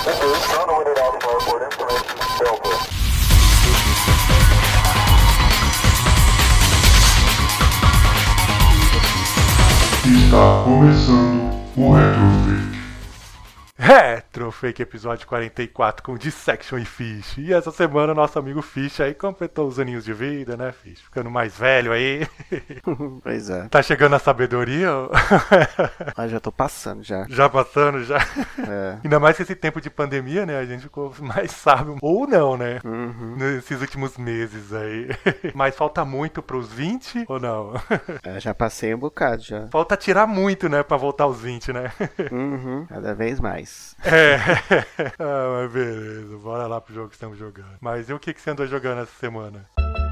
Está começando o Retrofake. Retrofake episódio 44 com Dissection e Fish. E essa semana nosso amigo Fish aí completou os aninhos de vida, né, Fish? Ficando mais velho aí. Pois é. Tá chegando a sabedoria? Ah, já tô passando já. Já passando, já? É. Ainda mais que esse tempo de pandemia, né? A gente ficou mais sábio. Ou não, né? Uhum. Nesses últimos meses aí. Mas falta muito pros 20 ou não? É, já passei um bocado já. Falta tirar muito, né? Pra voltar aos 20, né? Uhum. Cada vez mais. É. Ah, mas beleza. Bora lá pro jogo que estamos jogando. Mas e o que você andou jogando essa semana?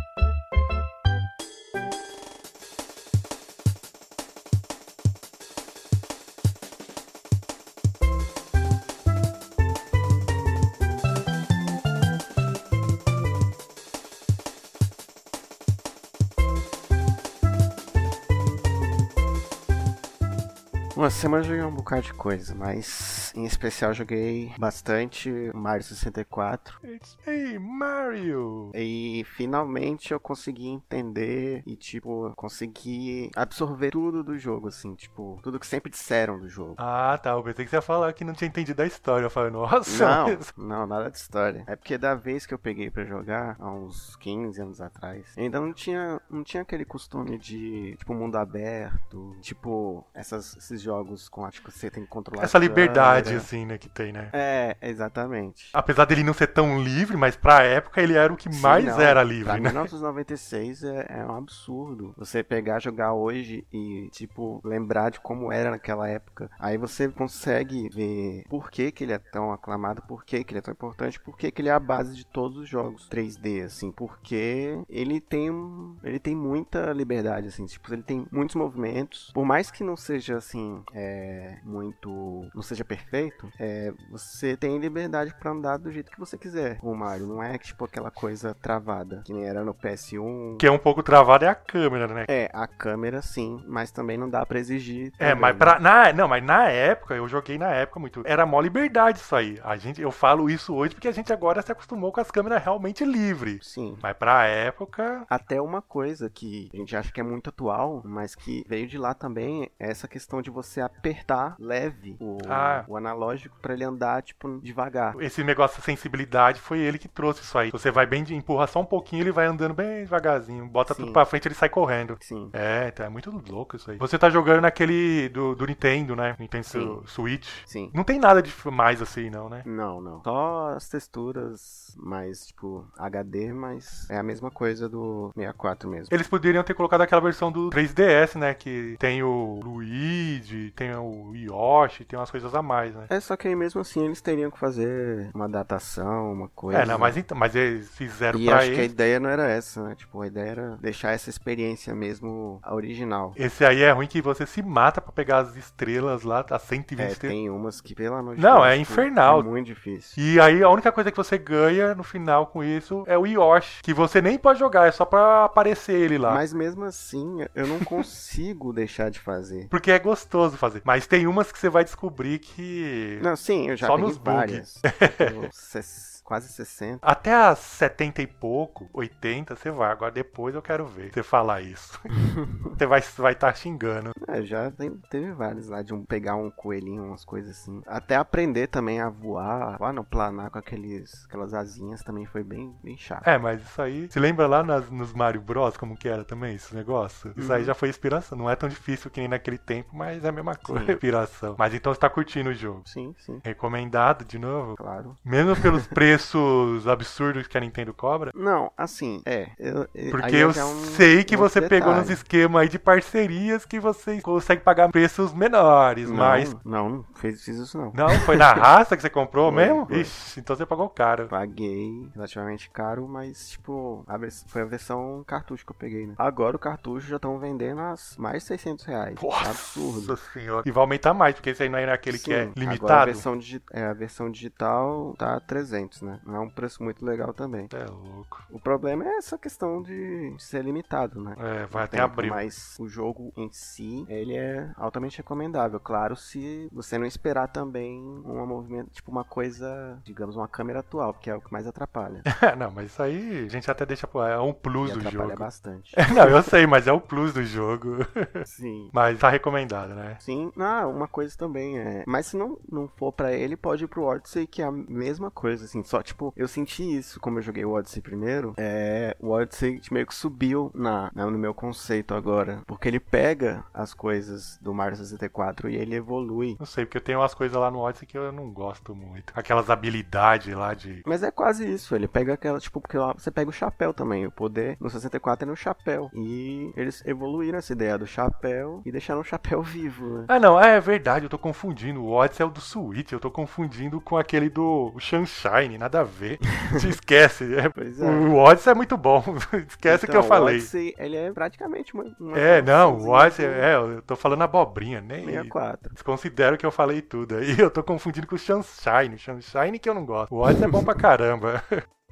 Uma semana eu joguei um bocado de coisa, mas em especial joguei bastante Mario 64. Hey, Mario! E finalmente eu consegui entender e, tipo, consegui absorver tudo do jogo, assim, tipo, tudo que sempre disseram do jogo. Ah, tá. Eu pensei que você ia falar que não tinha entendido a história. Eu falei, nossa. Não, nada de história. É porque da vez que eu peguei pra jogar, há uns 15 anos atrás, eu ainda não tinha aquele costume de, tipo, mundo aberto, tipo, esses jogos com acho que você tem que controlar Essa liberdade, câmera. assim, né, que tem, né? É, exatamente. Apesar dele não ser tão livre, mas pra época ele era o que mais não, era livre, pra né? 1996 é um absurdo. Você pegar, jogar hoje e, tipo, lembrar de como era naquela época. Aí você consegue ver por que ele é tão aclamado, por que ele é tão importante, por que ele é a base de todos os jogos 3D, assim, porque ele tem muita liberdade, assim, tipo, ele tem muitos movimentos. Por mais que não seja, assim, não seja perfeito, você tem liberdade pra andar do jeito que você quiser. O Mario não é tipo aquela coisa travada, que nem era no PS1. Que é um pouco travado é a câmera, né? É, a câmera sim, mas também não dá pra exigir. É, também, mas né? mas na época, eu joguei na época muito. Era mó liberdade isso aí. Eu falo isso hoje porque a gente agora se acostumou com as câmeras realmente livres. Sim. Mas pra época... Até uma coisa que a gente acha que é muito atual, mas que veio de lá também, é essa questão de você apertar leve o analógico pra ele andar, tipo, devagar. Esse negócio de sensibilidade foi ele que trouxe isso aí. Você vai bem, empurra só um pouquinho, ele vai andando bem devagarzinho. Bota Sim. tudo pra frente, ele sai correndo. Sim. É, então é muito louco isso aí. Você tá jogando naquele do Nintendo, né? Nintendo Sim. Switch. Sim. Não tem nada de mais assim, não, né? Não. Só as texturas mais, tipo, HD, mas é a mesma coisa do 64 mesmo. Eles poderiam ter colocado aquela versão do 3DS, né? Que tem o Luigi, tem o Yoshi, tem umas coisas a mais, né? É, só que aí mesmo assim eles teriam que fazer uma datação, uma coisa. É, não, mas eles fizeram E pra acho que a eles. ideia não era essa, né? Tipo, a ideia era deixar essa experiência mesmo a original. Esse aí é ruim que você se mata pra pegar as estrelas lá, as 120 É, estrelas. tem umas que, pelo amor de Não, Deus, é tipo, infernal. É muito difícil. E aí a única coisa que você ganha no final com isso é o Yoshi, que você nem pode jogar, é só pra aparecer ele lá. Mas mesmo assim, eu não consigo deixar de fazer. Porque é gostoso fazer. Mas tem umas que você vai descobrir que... Não, sim, eu já Só peguei nos bugs. várias. Tipo, quase 60. Até as 70 e pouco, 80, você vai. Agora depois eu quero ver você falar isso. Você vai estar xingando. É, já teve vários lá, de pegar um coelhinho, umas coisas assim. Até aprender também a voar, não, planar com aquelas asinhas também foi bem chato. É, mas isso aí... Se lembra lá nos Mario Bros, como que era também esse negócio? Isso aí já foi inspiração. Não é tão difícil que nem naquele tempo, mas é a mesma coisa. Sim. Inspiração. Mas então você tá curtindo o jogo. Sim. Recomendado, de novo? Claro. Mesmo pelos preços absurdos que a Nintendo cobra? Não, assim, Porque aí eu já é sei que outro você pegou detalhe. nos esquemas aí de parcerias que você consegue pagar preços menores, mas... Não fiz isso não. Não, foi na raça que você comprou Foi, mesmo? foi. Ixi, então você pagou caro. Paguei relativamente caro, mas, tipo, foi a versão cartucho que eu peguei, né? Agora o cartucho já estão vendendo a mais de R$600. Nossa Absurdo. senhora. E vai aumentar mais, porque esse aí não é aquele que é Sim, limitado. Agora a versão digital tá 300, né? né? Não é um preço muito legal também. É louco. O problema é essa questão de ser limitado, né? Vai até Tempo, abril. mas o jogo em si, ele é altamente recomendável. Claro, se você não esperar também um movimento, tipo uma coisa, digamos, uma câmera atual, que é o que mais atrapalha. Não, mas isso aí a gente até deixa, é um plus E do atrapalha jogo. bastante. Não, eu sei, mas é o plus do jogo. Sim. Mas tá recomendado, né? Sim, uma coisa também é. Mas se não for pra ele, pode ir pro Odyssey, que é a mesma coisa, assim. Só, tipo, eu senti isso como eu joguei o Odyssey primeiro. O Odyssey meio que subiu no meu conceito agora. Porque ele pega as coisas do Mario 64 e ele evolui. Não sei, porque eu tenho umas coisas lá no Odyssey que eu não gosto muito. Aquelas habilidades lá de... Mas é quase isso, ele pega aquela, tipo, porque lá você pega o chapéu também. O poder no 64 é no chapéu. E eles evoluíram essa ideia do chapéu e deixaram o chapéu vivo, né? Ah, não, é verdade, eu tô confundindo. O Odyssey é o do Switch, eu tô confundindo com aquele do Sunshine, nada a ver. Se esquece. Pois é. O Odyssey é muito bom, esquece Então, que eu falei. O Odyssey, ele é praticamente uma Não, o Odyssey, do eu tô falando abobrinha, nem... 64. Desconsidero que eu falei tudo aí, eu tô confundindo com o Sunshine. O Sunshine que eu não gosto. O Odyssey é bom pra caramba.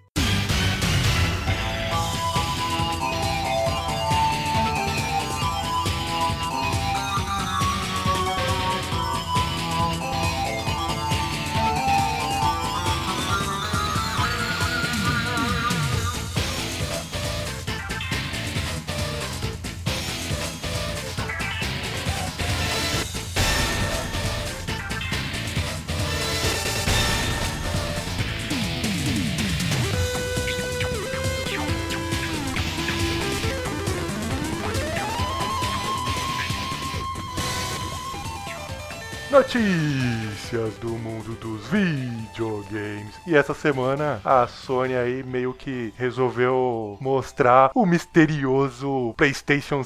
Notícias do mundo dos videogames. E essa semana a Sony aí meio que resolveu mostrar o misterioso PlayStation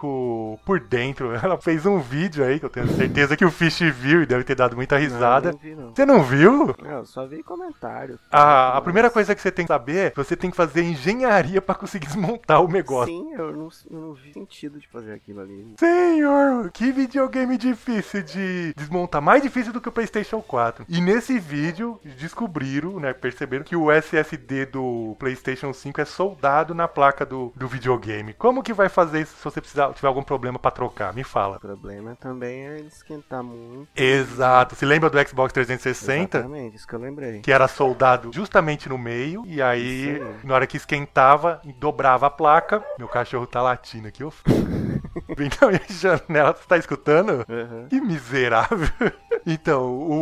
5 por dentro. Ela fez um vídeo aí que eu tenho certeza que o Fish viu e deve ter dado muita risada. Não vi, não. Você não viu? Eu só vi comentários. A primeira coisa que você tem que saber é que você tem que fazer engenharia pra conseguir desmontar o negócio. Sim, eu não vi sentido de fazer aquilo ali. Senhor, que videogame difícil de desmontar, mais difícil do que o PlayStation 4. E nesse vídeo descobriram, né, perceberam que o SSD do PlayStation 5 é soldado na placa do videogame. Como que vai fazer isso se você tiver algum problema pra trocar? Me fala. O problema também é ele esquentar muito. Exato. Se lembra do Xbox 360? Exatamente, isso que eu lembrei. Que era soldado justamente no meio, e aí, Isso aí. na hora que esquentava, dobrava a placa. Meu cachorro tá latindo aqui, ó. Vem da minha janela, você tá escutando? Uhum. Que miserável. Então,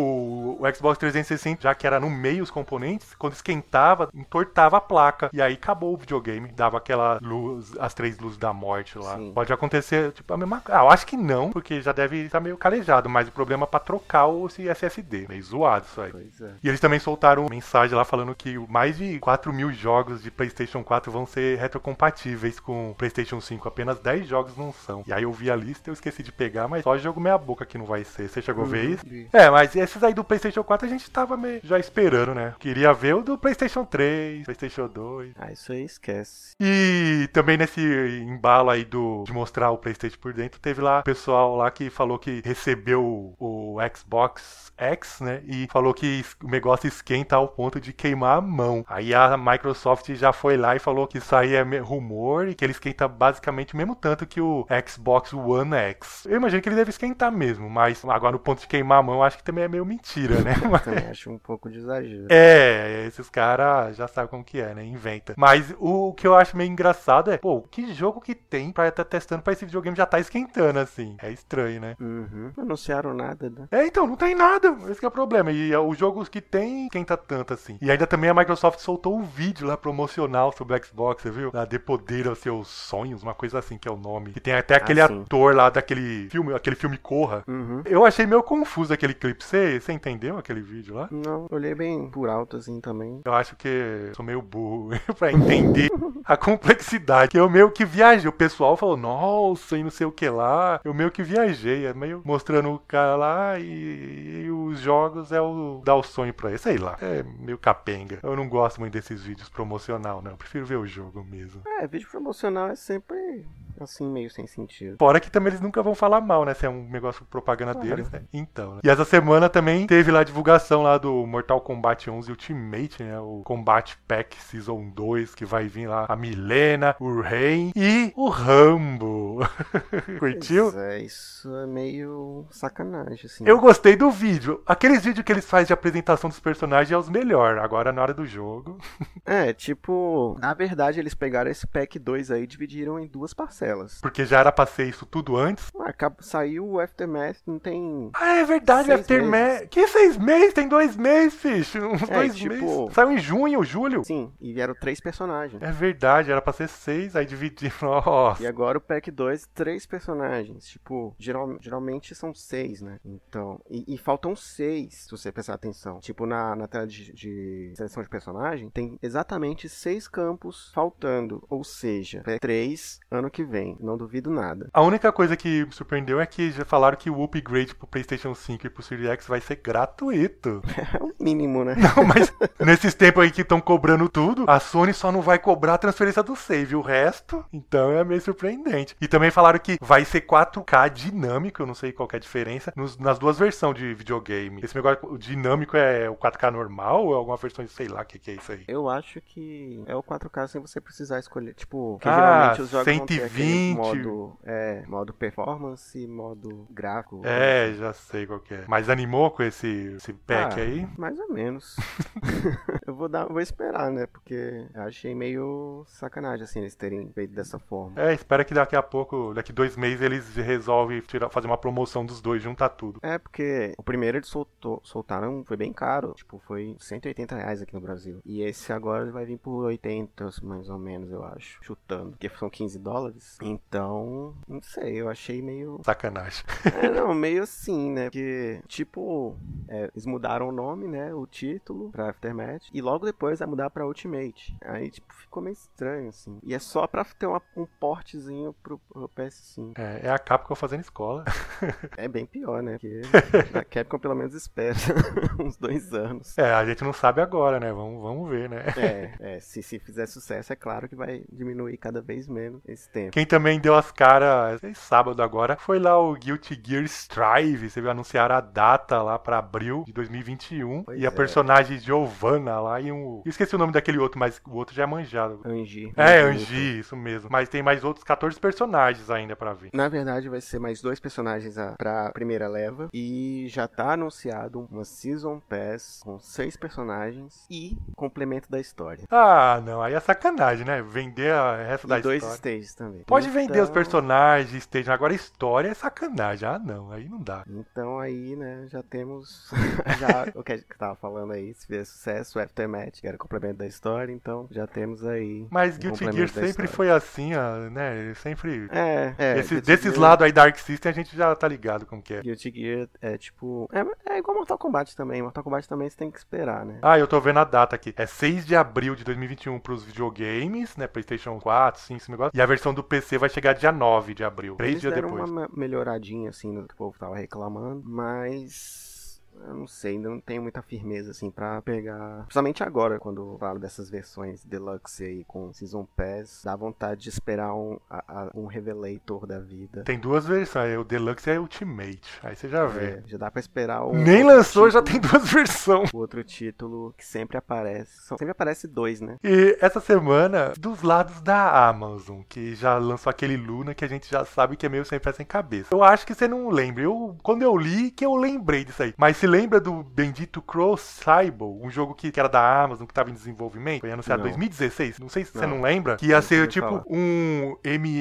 o Xbox 360, já que era no meio os componentes, quando esquentava, entortava a placa. E aí acabou o videogame. Dava aquela luz, as 3 luzes da morte lá. Sim. Pode acontecer, tipo, a mesma coisa. Eu acho que não, porque já deve estar meio calejado. Mas o problema é pra trocar esse SSD. Meio zoado isso aí. Pois é. E eles também soltaram uma mensagem lá falando que mais de 4.000 jogos de PlayStation 4 vão ser retrocompatíveis com o PlayStation 5. Apenas 10 jogos não são. E aí eu vi a lista e eu esqueci de pegar, mas só jogo meia boca que não vai ser. Você chegou a ver isso? Vi. Mas esses aí do PlayStation 4 a gente tava meio já esperando, né? Queria ver o do PlayStation 3, PlayStation 2. Isso aí esquece. E também nesse embalo aí de mostrar o PlayStation por dentro, teve lá o pessoal lá que falou que recebeu o Xbox X, né? E falou que o negócio esquenta ao ponto de queimar a mão. Aí a Microsoft já foi lá e falou que isso aí é rumor e que ele esquenta basicamente o mesmo tanto que o Xbox One X. Eu imagino que ele deve esquentar mesmo, mas agora no ponto de queimar a mão, eu acho que também é meio mentira, né? Também acho um pouco de exagero. Esses caras já sabem como que é, né? Inventa. Mas o que eu acho meio engraçado é, pô, que jogo que tem pra estar testando pra esse videogame já tá esquentando, assim. É estranho, né? Uhum. Não anunciaram nada, né? Então, não tem nada. Esse que é o problema. E os jogos que tem, esquenta tanto, assim. E ainda também a Microsoft soltou um vídeo lá promocional sobre o Xbox, você viu? Lá, Dê Poder aos Seus Sonhos, uma coisa assim que é o nome. Que tem até aquele ator lá daquele filme Corra. Uhum. Eu achei meio confuso aquele clipe. Você entendeu aquele vídeo lá? Não, olhei bem por alto assim também. Eu acho que sou meio burro pra entender a complexidade. Que eu meio que viajei. O pessoal falou, nossa, e não sei o que lá. Eu meio que viajei. É meio mostrando o cara lá e os jogos dar o sonho pra ele. Sei lá. É meio capenga. Eu não gosto muito desses vídeos promocional, não. Eu prefiro ver o jogo mesmo. Vídeo promocional é sempre assim, meio sem sentido. Fora que também eles nunca vão falar mal, né? Se é um negócio propaganda Claro. deles, né? Então, né? E essa semana também teve lá a divulgação lá do Mortal Kombat 11 Ultimate, né? O Combat Pack Season 2, que vai vir lá a Milena, o Rey e o Rambo. Curtiu? Pois é, isso é meio sacanagem, assim. Eu gostei do vídeo. Aqueles vídeos que eles fazem de apresentação dos personagens é os melhores. Agora, na hora do jogo... É, tipo, na verdade eles pegaram esse pack 2 aí e dividiram em 2 parcelas. Porque já era pra ser isso tudo antes. Saiu o Aftermath, não tem... Ah, é verdade, 6 Aftermath. meses. Que 6 meses? Tem 2 meses, fish. Uns 2 tipo- meses. Saiu em junho, julho. Sim, e vieram 3 personagens. É verdade, era pra ser 6, aí dividiram. Nossa. E agora o pack 2, 3 personagens. Tipo, geralmente são 6, né? Então, e faltam 6, se você prestar atenção. Tipo, na tela de seleção de personagem, tem exatamente 6 campos faltando. Ou seja, 3 ano que vem. Não duvido nada. A única coisa que me surpreendeu é que já falaram que o upgrade pro PlayStation 5 e pro Series X vai ser gratuito. É o mínimo, né? Não, mas nesses tempos aí que estão cobrando tudo, a Sony só não vai cobrar a transferência do save. O resto, então, é meio surpreendente. E também falaram que vai ser 4K dinâmico, eu não sei qual que é a diferença, nas duas versões de videogame. Esse negócio o dinâmico é o 4K normal ou é alguma versão de sei lá o que é isso aí? Eu acho que é o 4K sem você precisar escolher. Tipo, que Ah, geralmente os jogos vão ter 120. aquele modo performance e modo gráfico. É, já sei qual que é. Mas animou com esse pack aí? Mais ou menos. Eu vou esperar, né? Porque eu achei meio sacanagem, assim, eles terem feito dessa forma. É, espera que daqui a pouco, daqui 2 meses, eles resolvem fazer uma promoção dos dois, juntar tudo. É, porque o primeiro eles soltaram, foi bem caro. Tipo, foi R$180 aqui no Brasil. E esse agora vai vir por 80, mais ou menos, eu acho. Chutando. Porque são $15. Então, não sei, eu achei meio... Sacanagem. Não, meio assim, né? Porque, tipo, eles mudaram o nome, né? O título pra Aftermath. E logo depois vai mudar pra Ultimate. Aí, tipo, ficou meio estranho, assim. E é só pra ter um portezinho pro PS5. É a Capcom fazendo escola. É bem pior, né? Porque a Capcom pelo menos espera uns 2 anos. É, a gente não sabe agora, né? Vamos ver, né? Se fizer sucesso, é claro que vai diminuir cada vez menos esse tempo. Quem também deu as caras sábado agora foi lá o Guilty Gear Strive. Você viu anunciar a data lá pra abril de 2021. Pois e a personagem Giovanna lá e eu esqueci o nome daquele outro, mas o outro já é manjado. Angie. Angie, isso mesmo. Mas tem mais outros 14 personagens ainda pra vir. Na verdade, vai ser mais 2 personagens pra primeira leva. E já tá anunciado uma Season Pass com 6 personagens e complemento da história. Ah, não, aí é sacanagem, né? Vender o resto da E 2 história. stages também. Pode vender os Então- personagens, stage. Agora a história é sacanagem. Ah, não, aí não dá. Então aí, né, já temos o que a gente tava falando aí, se fizer sucesso, o Aftermath, que era o complemento da história, então já temos aí Mas o Guilty Gear complemento da sempre história. foi assim, sempre. Guilty Desses Gear- lados aí Dark System a gente já tá ligado como que é. Guilty Gear é tipo... É igual Mortal Kombat também. Mortal Kombat também você tem que esperar, né? Ah, eu tô vendo a data aqui. É 6 de abril de 2021 pros videogames, né? PlayStation 4, 5, esse negócio. E a versão do PC vai chegar dia 9 de abril. 3 Eles dias deram depois. uma melhoradinha, assim, no que o povo tava reclamando, mas... Eu não sei, ainda não tenho muita firmeza, assim, pra pegar... Principalmente agora, quando eu falo dessas versões Deluxe aí, com Season Pass, dá vontade de esperar um Revelator da vida. Tem 2 versões, o Deluxe e a Ultimate. Aí você já vê. Já dá pra esperar o... Nem outro lançou, já título. tem 2 versões. O outro título que sempre aparece. Sempre aparece 2, né? E essa semana, dos lados da Amazon, que já lançou aquele Luna que a gente já sabe que é meio sem pé sem cabeça. Eu acho que você não lembra. Quando eu li, que eu lembrei disso aí. Mas se lembra do bendito Crucible, um jogo que era da Amazon, que tava em desenvolvimento? Foi anunciado em Não. 2016. Não sei se você Não. não lembra. Que ia Não ser ouvi tipo falar. um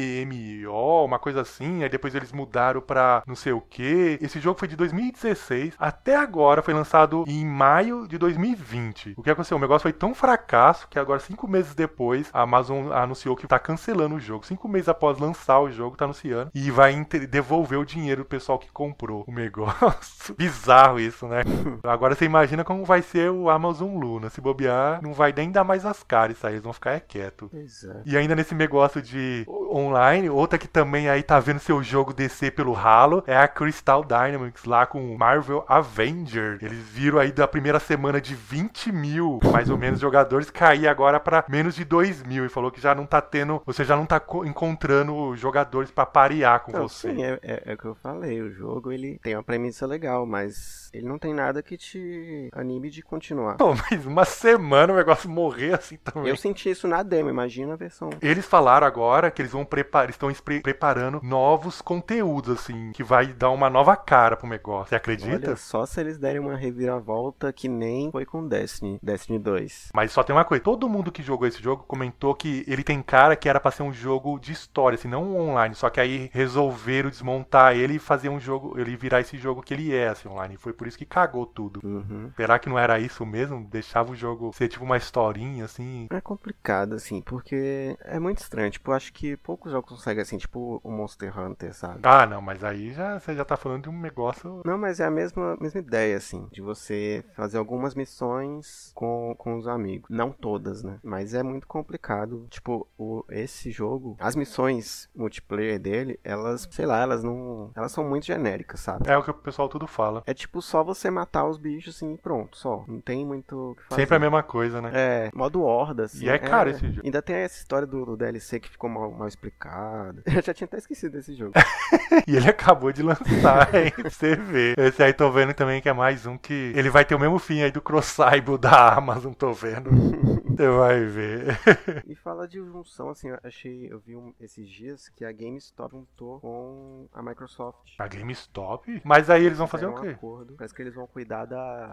MMO, uma coisa assim. Aí depois eles mudaram pra não sei o que. Esse jogo foi de 2016. Até agora foi lançado em maio de 2020. O que aconteceu? O negócio foi tão fracasso que agora, 5 meses depois, a Amazon anunciou que tá cancelando o jogo. 5 meses após lançar o jogo, tá anunciando. E vai devolver o dinheiro do pessoal que comprou o negócio. Bizarro isso. isso, né? Agora você imagina como vai ser o Amazon Luna. Se bobear, não vai nem dar mais as caras isso aí, eles vão ficar quietos. Exato. E ainda nesse negócio de online, outra que também aí tá vendo seu jogo descer pelo ralo é a Crystal Dynamics lá com Marvel Avenger. Eles viram aí da primeira semana de 20 mil, mais ou menos, jogadores, cair agora pra menos de 2 mil. E falou que já não tá tendo, você já não tá encontrando jogadores pra parear com Não, você. sim, é o que eu falei. O jogo, ele tem uma premissa legal, mas ele não tem nada que te anime de continuar. Pô, mas uma semana o negócio morrer assim também. Eu senti isso na demo, imagina a versão. Eles falaram agora que eles vão estão preparando novos conteúdos, assim, que vai dar uma nova cara pro negócio. Você acredita? Olha, só se eles derem uma reviravolta que nem foi com Destiny 2. Mas só tem uma coisa, todo mundo que jogou esse jogo comentou que ele tem cara que era pra ser um jogo de história, assim, não online, só que aí resolveram desmontar ele e fazer um jogo, ele virar esse jogo que ele é, assim, online. Foi por isso que cagou tudo. Será que não era isso mesmo? Deixava o jogo ser tipo uma historinha, assim? É complicado, assim, porque é muito estranho. Tipo, eu acho que poucos jogos conseguem, assim, tipo o Monster Hunter, sabe? Ah, não, mas aí você já tá falando de um negócio... Não, mas é a mesma ideia, assim, de você fazer algumas missões com os amigos. Não todas, né? Mas é muito complicado. Tipo, esse jogo, as missões multiplayer dele, elas, sei lá, elas são muito genéricas, sabe? É o que o pessoal tudo fala. É tipo só você matar os bichos, assim, e pronto, só. Não tem muito o que fazer. Sempre a mesma coisa, né? É, modo horda, assim. E é caro esse jogo. Ainda tem essa história do DLC que ficou mal explicado. Eu já tinha até esquecido desse jogo. E ele acabou de lançar, hein? Pra você ver. Esse aí tô vendo também que é mais um que... Ele vai ter o mesmo fim aí do Crossable da Amazon, tô vendo. Você vai ver. E fala de junção, assim, eu vi esses dias que a GameStop juntou com a Microsoft. A GameStop? Mas aí eles vão fazer o um quê? Acordo. Parece que eles vão cuidar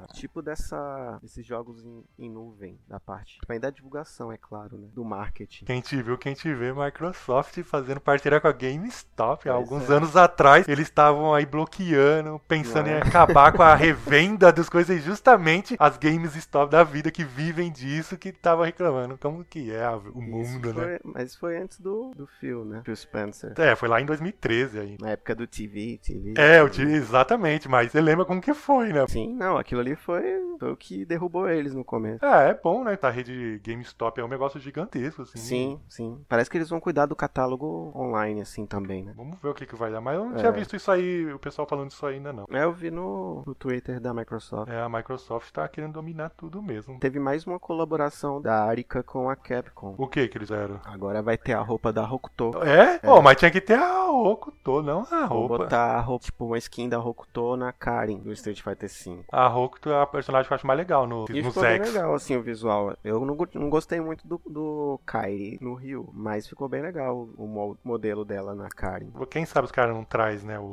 desses jogos em nuvem, da parte. Também da divulgação, é claro, né? Do marketing. Quem te viu, quem te vê, Microsoft fazendo parceria com a GameStop. Há alguns é. anos atrás, eles estavam aí bloqueando, pensando em acabar com a revenda das coisas. E justamente as GameStop da vida que vivem disso que estavam reclamando. Como que é o mundo, né? Mas foi antes do Phil, né? Phil Spencer. É, foi lá em 2013 aí. Na época do TV. Exatamente, mas você lembra como que foi, né? Sim, não, aquilo ali foi o que derrubou eles no começo. É bom, né? A rede GameStop é um negócio gigantesco, assim. Sim. Parece que eles vão cuidar do catálogo online, assim, também, né? Vamos ver o que vai dar. Mas eu não tinha visto isso aí, o pessoal falando disso ainda, não. Eu vi no Twitter da Microsoft. A Microsoft tá querendo dominar tudo mesmo. Teve mais uma colaboração da Arica com a Capcom. O que eles eram? Agora vai ter a roupa da Hokuto. Mas tinha que ter a Hokuto, não a roupa. Vou botar a roupa, tipo, uma skin da Hokuto na Karin, do Street Fighter V. A Hokuto é a personagem que eu acho mais legal no ficou bem legal, assim, o visual. Eu não gostei muito do Kairi no Ryu, mas ficou bem legal o modelo dela na Karin. Quem sabe os caras não traz, né,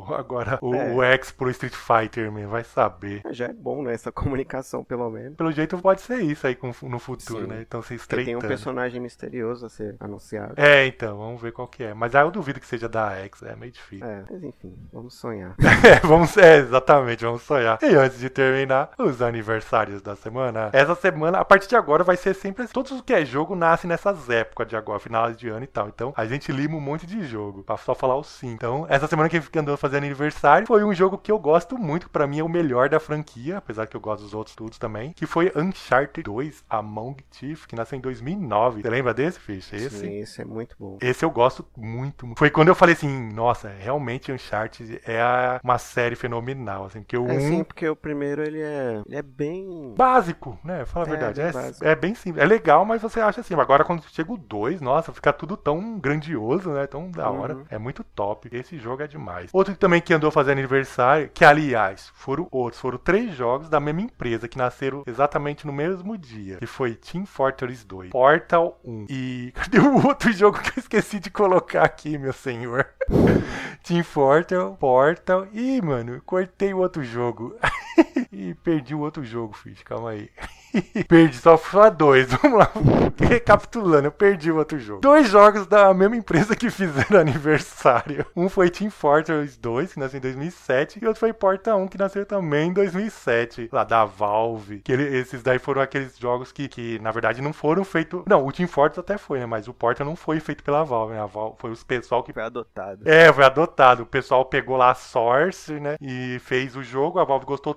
o X pro Street Fighter mesmo, vai saber. Já é bom, né, essa comunicação, pelo menos. Pelo jeito pode ser isso aí no futuro, né, então se estreitando. Tem um personagem misterioso a ser anunciado. Então, vamos ver qual que é. Mas aí eu duvido que seja da X, é meio difícil. Mas enfim, vamos sonhar. Exatamente, vamos sonhar. E antes de terminar, os aniversários da semana. Essa semana, a partir de agora, vai ser sempre... Todos os que é jogo nascem nessas épocas de agora, finais de ano e tal. Então, a gente lima um monte de jogo, pra só falar o sim. Então, essa semana que andou fazendo aniversário, foi um jogo que eu gosto muito, que pra mim é o melhor da franquia, apesar que eu gosto dos outros todos também, que foi Uncharted 2, Among Thief, que nasceu em 2009. Você lembra desse, Fish? Sim, esse é muito bom. Esse eu gosto muito. Foi quando eu falei assim, nossa, realmente Uncharted é uma série fenomenal, assim, porque sim, porque o primeiro ele é bem... básico, né? Fala a verdade. É bem simples. É legal, mas você acha assim, agora quando chega o 2, nossa, fica tudo tão grandioso, né? Tão da hora. É muito top. Esse jogo é demais. Outro também que andou fazendo aniversário, que aliás, foram 3 jogos da mesma empresa, que nasceram exatamente no mesmo dia, que foi Team Fortress 2, Portal 1 e... Cadê o outro jogo que eu esqueci de colocar aqui, meu senhor? Team Portal. Ih, mano, cortei o outro jogo. E perdi o outro jogo, filho. Calma aí. Perdi só 2. Vamos lá. Recapitulando, eu perdi o outro jogo. 2 jogos da mesma empresa que fizeram aniversário. Um foi Team Fortress 2, que nasceu em 2007. E outro foi Portal 1, que nasceu também em 2007. Lá da Valve. Esses daí foram aqueles jogos que na verdade não foram feitos... Não, o Team Fortress até foi, né? Mas o Portal não foi feito pela Valve, né? A Valve foi os pessoal que... Foi adotado. Foi adotado. O pessoal pegou lá a Source, né? E fez o jogo. A Valve gostou tanto que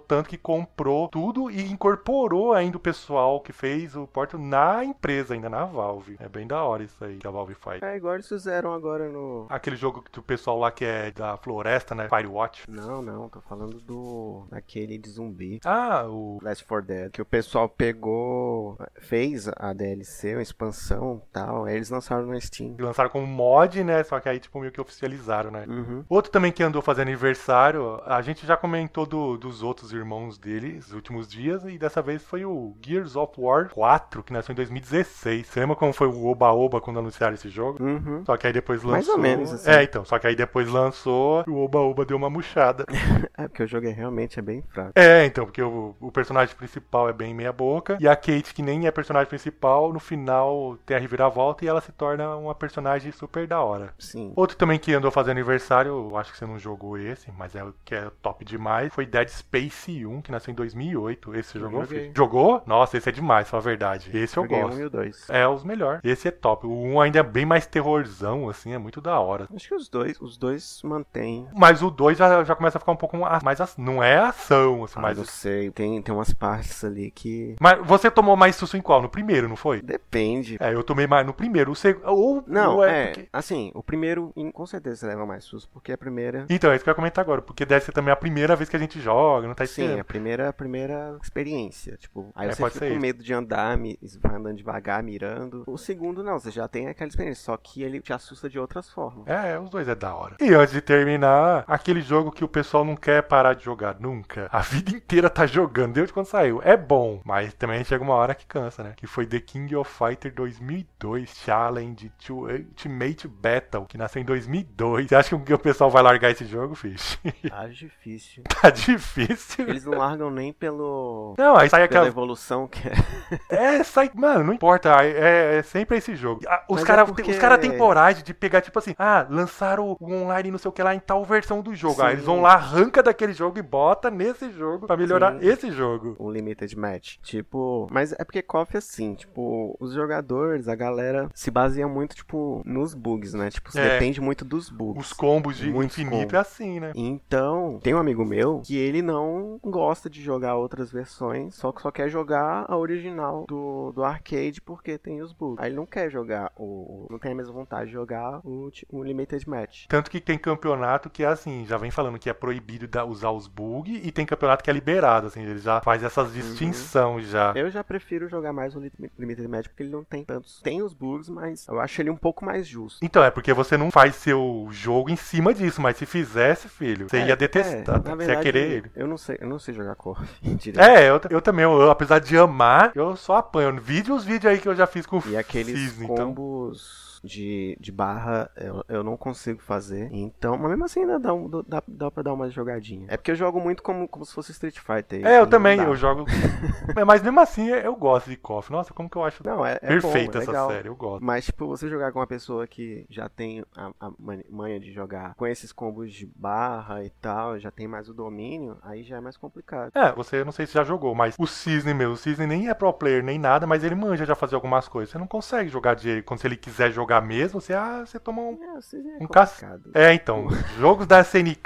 comprou tudo e incorporou ainda o pessoal que fez o Portal na empresa, ainda na Valve. É bem da hora isso aí que a Valve faz. É igual eles fizeram agora no... Aquele jogo que o pessoal lá que é da floresta, né? Firewatch. Não, tô falando daquele de zumbi. Ah, o... Left 4 Dead. Que o pessoal pegou, fez a DLC, a expansão e tal, aí eles lançaram no Steam. lançaram como mod, né? Só que aí, tipo, meio que oficializaram, né? Uhum. Outro também que andou fazendo aniversário, a gente já comentou dos outros irmãos dele nos últimos dias, e dessa vez foi o Gears of War 4, que nasceu em 2016. Você lembra como foi o Oba-Oba quando anunciaram esse jogo? Uhum. Só que aí depois lançou... Mais ou menos, assim. É, então. Só que aí depois lançou e o Oba-Oba deu uma murchada. É, porque o jogo realmente é bem fraco. É, então, porque o personagem principal é bem meia boca, e a Kate, que nem é personagem principal, no final tem a reviravolta e ela se torna uma personagem super da hora. Sim. Outro também que andou fazendo aniversário, eu acho que você não jogou esse, mas é o que é top demais, foi Dead Space 1, que nasceu em 2008. Esse você jogou, joguei. filho? Jogou? Nossa, esse é demais, fala a verdade. Esse eu Joguei gosto. 1 e o 2. É os melhores. Esse é top. O 1 ainda é bem mais terrorzão, assim, é muito da hora. Acho que os dois mantêm. Mas o 2 já começa a ficar um pouco mais... Não é ação, assim, Mas mas... eu sei, tem umas partes ali que... Mas você tomou mais susto em qual? No primeiro, não foi? Depende. É, eu tomei mais no primeiro. O segundo... Ou Não, porque... assim, o primeiro, com certeza você leva mais susto, porque é a primeira... Então, é isso que eu ia comentar agora, porque deve ser também a primeira vez que a gente joga, não tá Sim, esperando. a primeira experiência, tipo, aí você pode fica ser com isso. medo de andar, vai andando devagar, mirando. O segundo não, você já tem aquela experiência, só que ele te assusta de outras formas. É, os dois é da hora. E antes de terminar, aquele jogo que o pessoal não quer parar de jogar nunca. A vida inteira tá jogando, desde quando saiu. É bom, mas também chega uma hora que cansa, né? Que foi The King of Fighter 2002 Challenge to Ultimate Battle, que nasceu em 2002. Você acha que o pessoal vai largar esse jogo, Fish? Acho difícil. Tá difícil. Eles não largam nem pelo... Não, aí sai pela aquela... evolução que é. Sai... Mano, não importa. É sempre esse jogo. Os Mas caras é porque- têm coragem de pegar, tipo assim, lançaram o online não sei o que lá em tal versão do jogo. Sim. Aí eles vão lá, arranca daquele jogo e bota nesse jogo pra melhorar Sim. esse jogo. Um limited match. Tipo, mas é porque KOF é assim, tipo, os jogadores, a galera se baseia muito, tipo, nos bugs, né? Tipo, depende muito dos bugs. Os combos de Muitos infinito combos. é assim, né? Então, tem um amigo meu que ele não gosta de jogar outras versões, só que só quer jogar a original do arcade porque tem os bugs. Aí ele não quer jogar não tem a mesma vontade de jogar o limited match. Tanto que tem campeonato que é assim, já vem falando que é proibido usar os bugs, e tem campeonato que é liberado, assim, ele já faz essas distinções já. Eu já prefiro jogar mais o limited match porque ele não tem tantos... Tem os bugs, mas eu acho ele um pouco mais justo. Então, é porque você não faz seu jogo em cima disso, mas se fizesse, filho, você ia detestar, na você ia verdade, querer ele. Eu não sei jogar KOF direito. Eu também, apesar de amar, eu só apanho. Os vídeos aí que eu já fiz com o E aqueles Cisne, então. combos de barra eu não consigo fazer. Então, mas mesmo assim ainda dá pra dar uma jogadinha. É porque eu jogo muito como se fosse Street Fighter. Eu não também, dá. eu jogo. Mas mesmo assim, eu gosto de KOF. Nossa, como que eu acho Não, é perfeita bom, é essa legal. série, eu gosto. Mas, tipo, você jogar com uma pessoa que já tem a manha de jogar com esses combos de barra e tal, já tem mais o domínio, aí já é mais complicado. Você não sei se já jogou, mas o Cisne nem é pro player nem nada, mas ele manja já fazer algumas coisas. Você não consegue jogar de quando se ele quiser jogar mesmo, você toma um complicado. Então, jogos da SNK,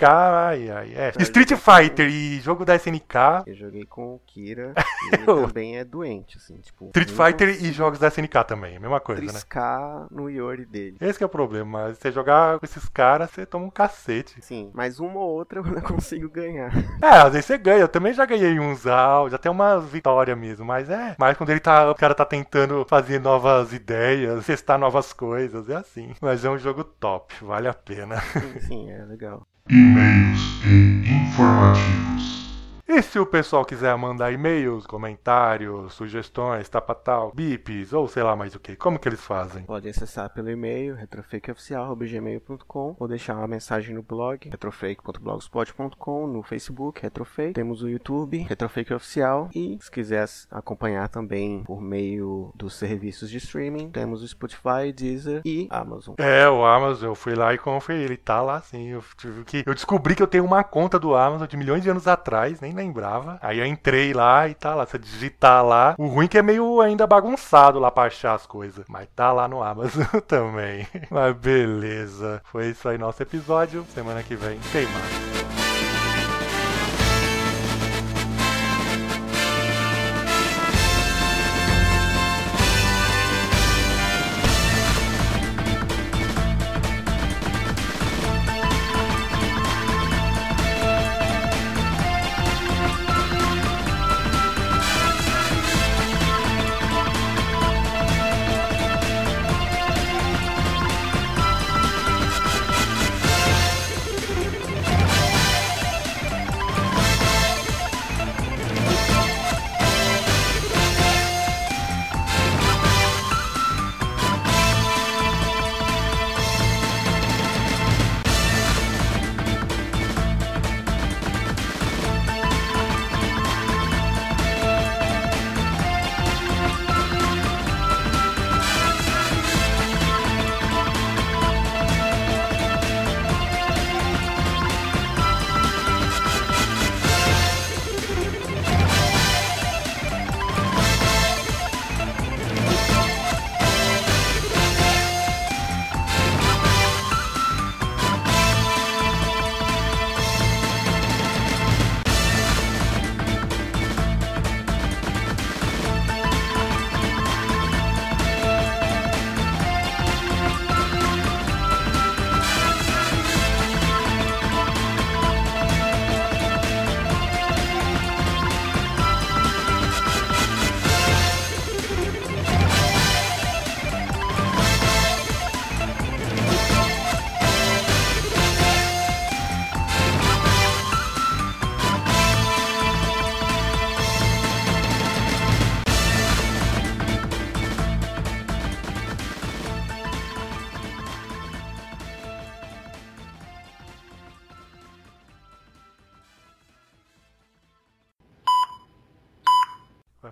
Street Fighter e jogo da SNK. Eu joguei com o Kira, e ele também é doente, assim, tipo... Street Fighter e jogos da SNK também, a mesma coisa, né? Triscar no Yori dele. Esse que é o problema, mas você jogar com esses caras, você toma um cacete. Sim, mas uma ou outra eu não consigo ganhar. Às vezes você ganha, eu também já ganhei uns já tem uma vitória mesmo, mas mas quando o cara tá tentando fazer novas ideias, testar novas coisas, é assim. Mas é um jogo top, vale a pena. Sim, é legal. E-mails e informativos. E se o pessoal quiser mandar e-mails, comentários, sugestões, tapatal, bips ou sei lá mais o que, como que eles fazem? Pode acessar pelo e-mail retrofakeoficial@gmail.com ou deixar uma mensagem no blog retrofake.blogspot.com, no Facebook Retrofake, temos o YouTube Retrofake Oficial e se quiser acompanhar também por meio dos serviços de streaming, temos o Spotify, Deezer e Amazon. O Amazon, eu fui lá e conferi, ele tá lá sim, eu descobri que eu tenho uma conta do Amazon de milhões de anos atrás, nem lembrava. Aí eu entrei lá e tá lá. Se digitar lá. O ruim é que é meio ainda bagunçado lá pra achar as coisas. Mas tá lá no Amazon também. Mas beleza. Foi isso aí nosso episódio. Semana que vem tem mais.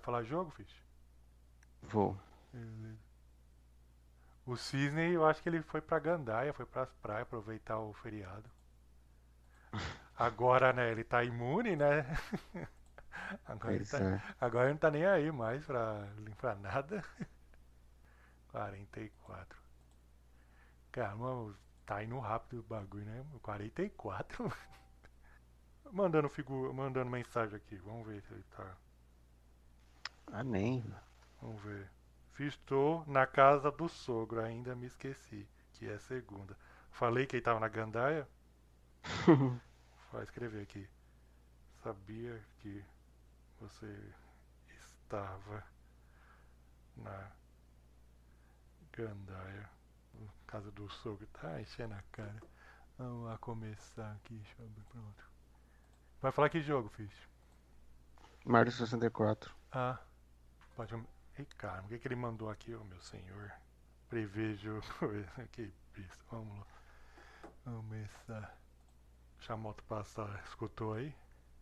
falar jogo, Fish? Vou. Beleza. O Cisne, eu acho que ele foi pra Gandaia, foi pras praias aproveitar o feriado. Agora, né, ele tá imune, né? Pois é. Agora ele não tá nem aí mais pra nada. 44. Caramba, tá indo rápido o bagulho, né? 44? Mandando mensagem aqui, vamos ver se ele tá. Nem. Vamos ver. Estou na casa do sogro, ainda me esqueci, que é segunda. Falei que ele tava na Gandaia? Vai escrever aqui. Sabia que você estava na Gandaia. Casa do sogro. Tá enchendo a cara. Vamos lá começar aqui. Deixa eu abrir, pronto. Vai falar que jogo, Fish? Mario 64. Ah, pode. Ei, caramba, o que ele mandou aqui, ô meu senhor? Prevejo. Que besta. Vamos lá. Vamos começar. Deixa a moto passar. Escutou aí?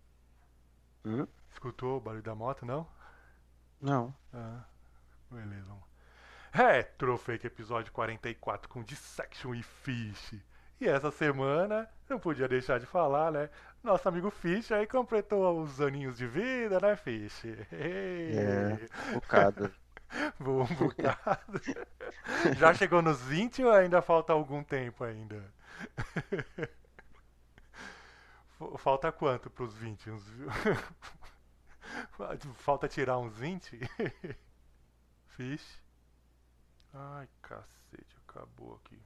Escutou o barulho da moto, não? Não. Ah, beleza, vamos. Retrofake episódio 44 com Dissection e Fish. E essa semana, não podia deixar de falar, né? Nosso amigo Fish aí completou os aninhos de vida, né, Fish? Bocado. Um bocado. Já chegou nos 20 ou ainda falta algum tempo ainda? Falta quanto pros 20? Falta tirar uns 20? Fish. Ai, cacete, acabou aqui.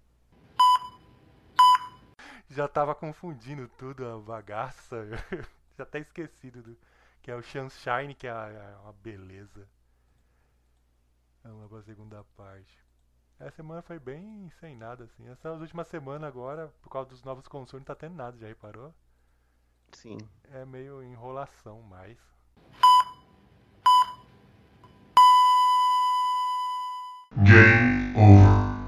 Já tava confundindo tudo, a bagaça. Já até esquecido que é o Sunshine, que é uma beleza. Vamos pra segunda parte. Essa semana foi bem sem nada, assim. Essas últimas semanas agora, por causa dos novos consoles, não tá tendo nada, já reparou? Sim. É meio enrolação mais.